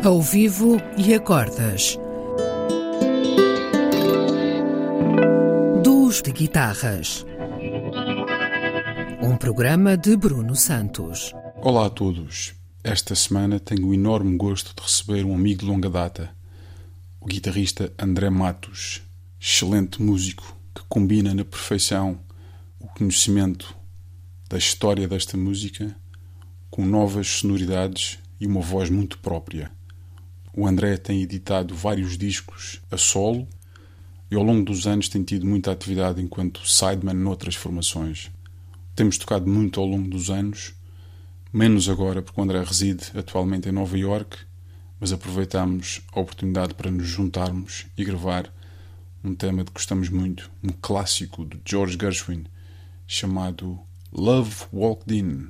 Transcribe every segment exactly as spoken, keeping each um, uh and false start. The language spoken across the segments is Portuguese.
Ao vivo e a cordas. Duos de guitarras. Um programa de Bruno Santos. Olá a todos. Esta semana tenho o enorme gosto de receber um amigo de longa data, o guitarrista André Matos, excelente músico que combina na perfeição o conhecimento da história desta música com novas sonoridades e uma voz muito própria. O André tem editado vários discos a solo e ao longo dos anos tem tido muita atividade enquanto sideman noutras formações. Temos tocado muito ao longo dos anos, menos agora porque o André reside atualmente em Nova Iorque, mas aproveitamos a oportunidade para nos juntarmos e gravar um tema de que gostamos muito, um clássico de George Gershwin, chamado Love Walked In.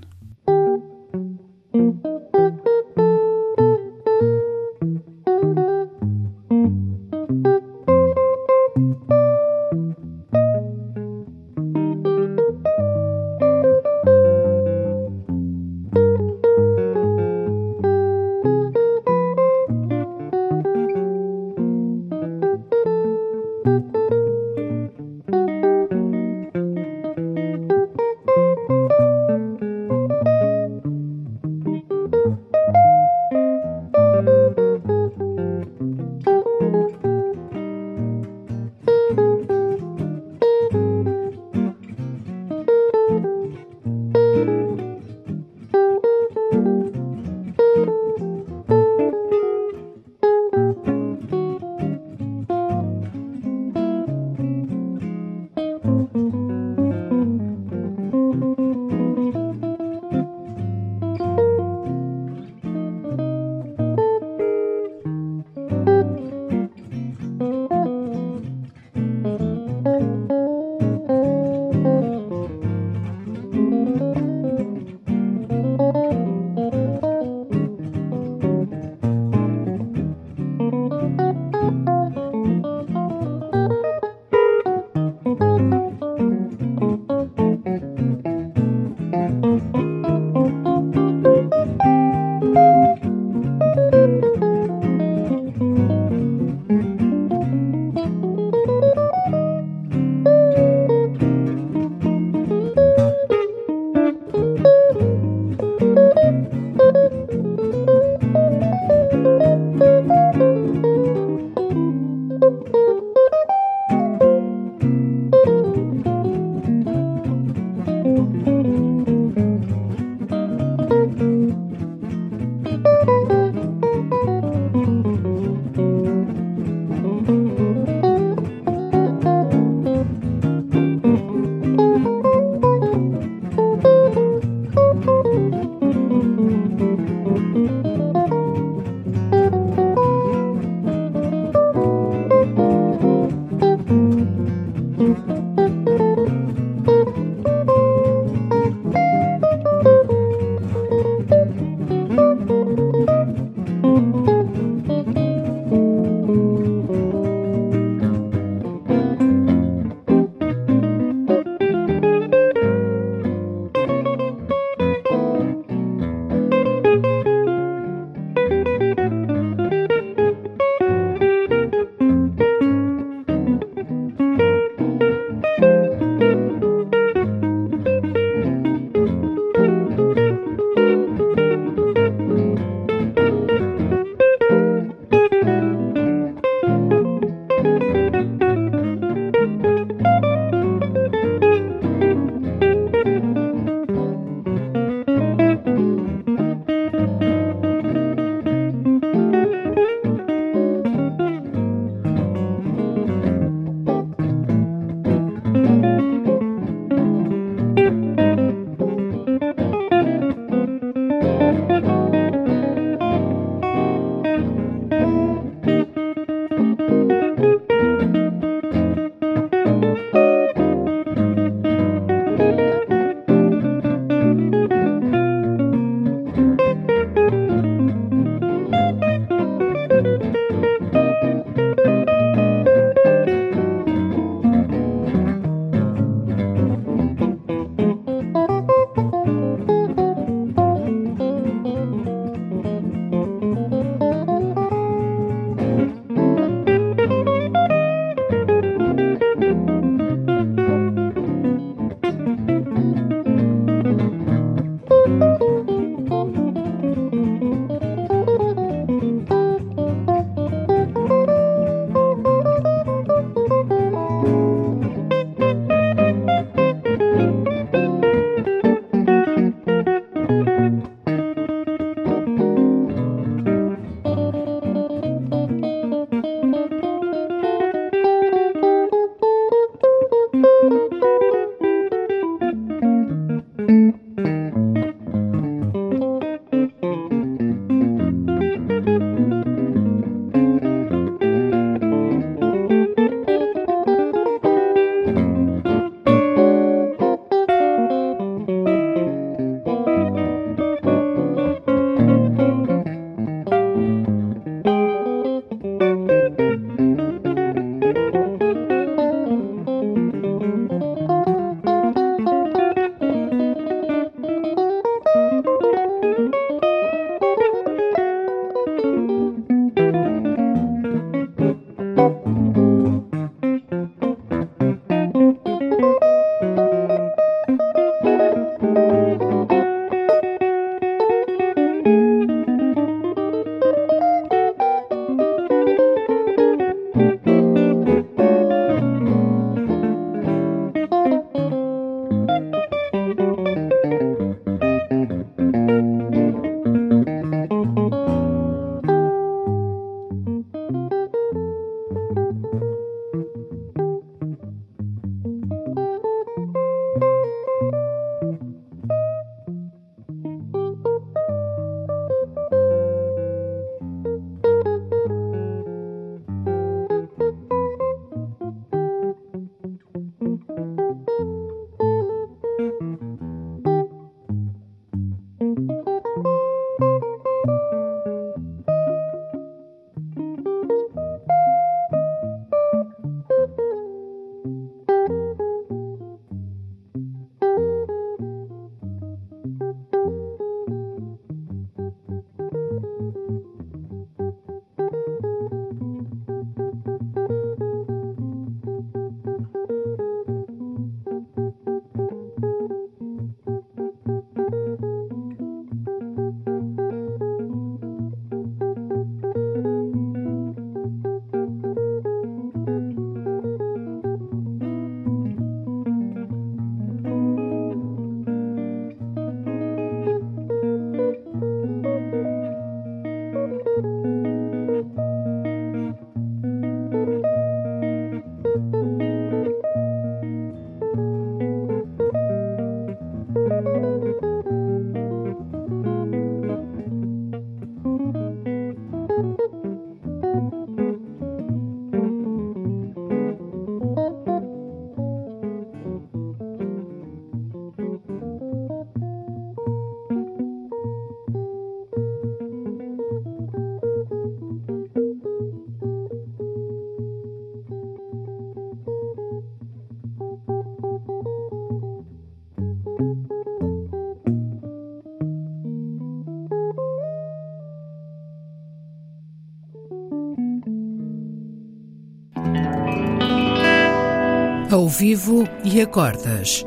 Ao vivo e a cordas.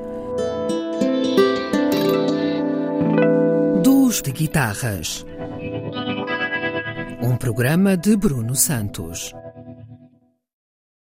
Duos de guitarras. Um programa de Bruno Santos.